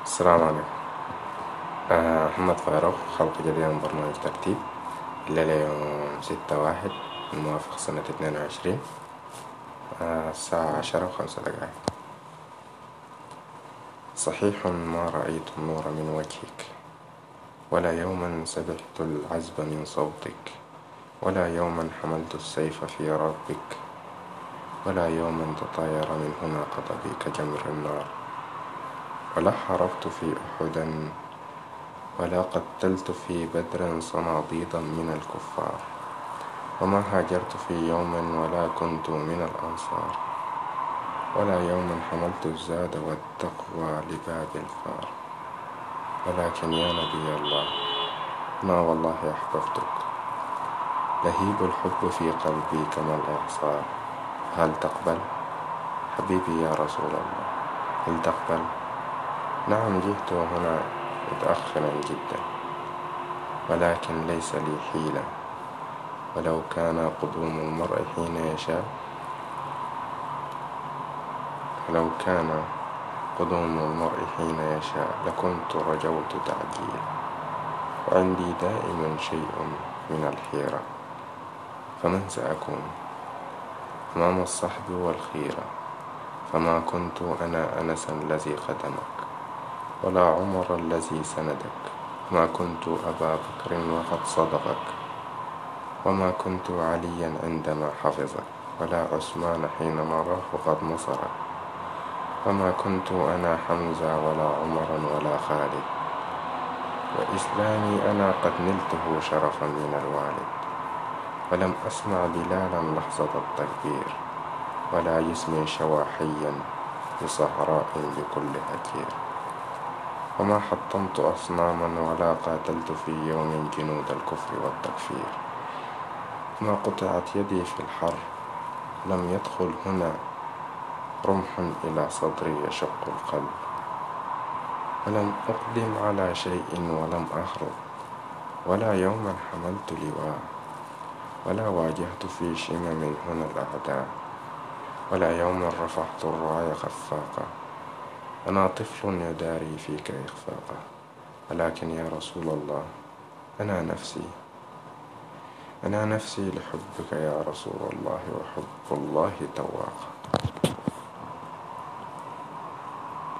السلام عليكم. محمد فاروق، خلق جديد من برنامج ترتيب. الليلة يوم 6/1 الموافق سنة 22. الساعة 10:05. صحيح ما رأيت النور من وجهك، ولا يوما سمعت العزب من صوتك، ولا يوما حملت السيف في ربك، ولا يوما تطاير من هنا قضبي كجمر النار، ولا حاربت في أحد، ولا قتلت في بدر صناديدا من الكفار، وما هاجرت في يوم ولا كنت من الأنصار، ولا يوما حملت الزاد والتقوى لباب الفار. ولكن يا نبي الله، ما والله أحببتك، لهيب الحب في قلبي كما الإعصار. هل تقبل حبيبي يا رسول الله؟ هل تقبل؟ نعم، جئت هنا متأخرا جدا، ولكن ليس لي حيلة. ولو كان قدوم المرء حين يشاء ولو كان قدوم المرء حين يشاء لكنت رجوت تعجيل. وعندي دائما شيء من الحيرة، فمن سأكون أمام الصحب والخيرة؟ فما كنت أنا أنسا الذي خدمك، ولا عمر الذي سندك، ما كنت أبا بكر وقد صدقك، وما كنت عليا عندما حفظك، ولا عثمان حين مراه قد نصرك، وما كنت أنا حمزة ولا عمرا ولا خالد، وإسلامي أنا قد نلته شرفا من الوالد، ولم أسمع بلالا لحظة التكبير، ولا جسمي شوى حيا بصحراء بكل هجير، وما حطمت أصناما ولا قاتلت في يوم جنود الكفر والتكفير، ما قطعت يدي في الحرب، لم يدخل هنا رمح إلى صدري يشق القلب، ولم أقدم على شيء ولم أهرب، ولا يوما حملت لواء، ولا واجهت في شمم هنا الأعداء، ولا يوما رفعت الراية خفاقا. أنا طفل يداري فيك إخفاقا، ولكن يا رسول الله، أنا نفسي أنا نفسي لحبك يا رسول الله، وحب الله تواقا.